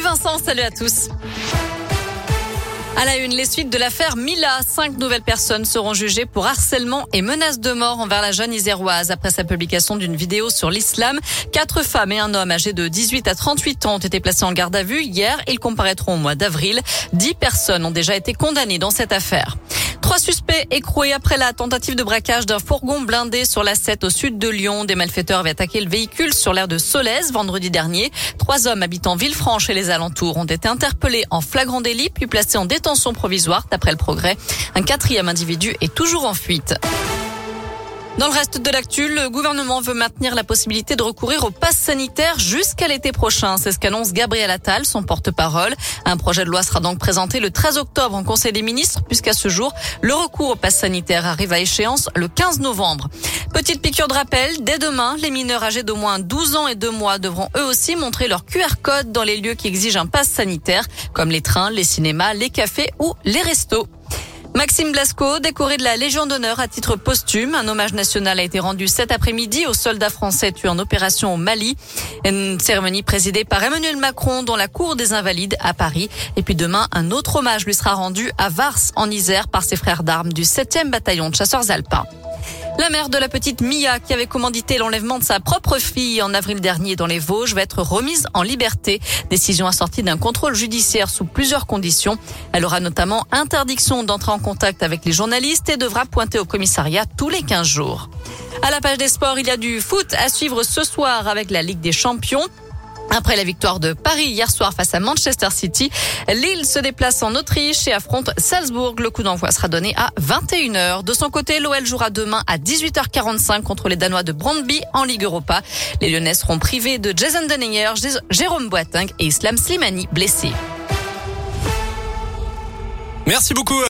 Vincent, salut à tous. À la une, les suites de l'affaire Mila. 5 nouvelles personnes seront jugées pour harcèlement et menaces de mort envers la jeune iséroise après sa publication d'une vidéo sur l'islam. 4 femmes et un homme âgés de 18 à 38 ans ont été placés en garde à vue hier. Ils comparaîtront au mois d'avril. 10 personnes ont déjà été condamnées dans cette affaire. 3 suspects écroués après la tentative de braquage d'un fourgon blindé sur l'A7 au sud de Lyon. Des malfaiteurs avaient attaqué le véhicule sur l'aire de Solèze vendredi dernier. 3 hommes habitant Villefranche et les alentours ont été interpellés en flagrant délit puis placés en détention provisoire d'après le Progrès. Un 4e individu est toujours en fuite. Dans le reste de l'actu, le gouvernement veut maintenir la possibilité de recourir au pass sanitaire jusqu'à l'été prochain. C'est ce qu'annonce Gabriel Attal, son porte-parole. Un projet de loi sera donc présenté le 13 octobre en Conseil des ministres, puisqu'à ce jour, le recours au pass sanitaire arrive à échéance le 15 novembre. Petite piqûre de rappel, dès demain, les mineurs âgés d'au moins 12 ans et 2 mois devront eux aussi montrer leur QR code dans les lieux qui exigent un pass sanitaire, comme les trains, les cinémas, les cafés ou les restos. Maxime Blasco, décoré de la Légion d'honneur à titre posthume. Un hommage national a été rendu cet après-midi aux soldats français tués en opération au Mali. Une cérémonie présidée par Emmanuel Macron dans la cour des Invalides à Paris. Et puis demain, un autre hommage lui sera rendu à Vars en Isère par ses frères d'armes du 7e bataillon de chasseurs alpins. La mère de la petite Mia, qui avait commandité l'enlèvement de sa propre fille en avril dernier dans les Vosges, va être remise en liberté. Décision assortie d'un contrôle judiciaire sous plusieurs conditions. Elle aura notamment interdiction d'entrer en contact avec les journalistes et devra pointer au commissariat tous les 15 jours. À la page des sports, il y a du foot à suivre ce soir avec la Ligue des Champions. Après la victoire de Paris hier soir face à Manchester City, Lille se déplace en Autriche et affronte Salzbourg. Le coup d'envoi sera donné à 21h. De son côté, l'OL jouera demain à 18h45 contre les Danois de Brøndby en Ligue Europa. Les Lyonnais seront privés de Jason Denayer, Jérôme Boateng et Islam Slimani blessés. Merci beaucoup.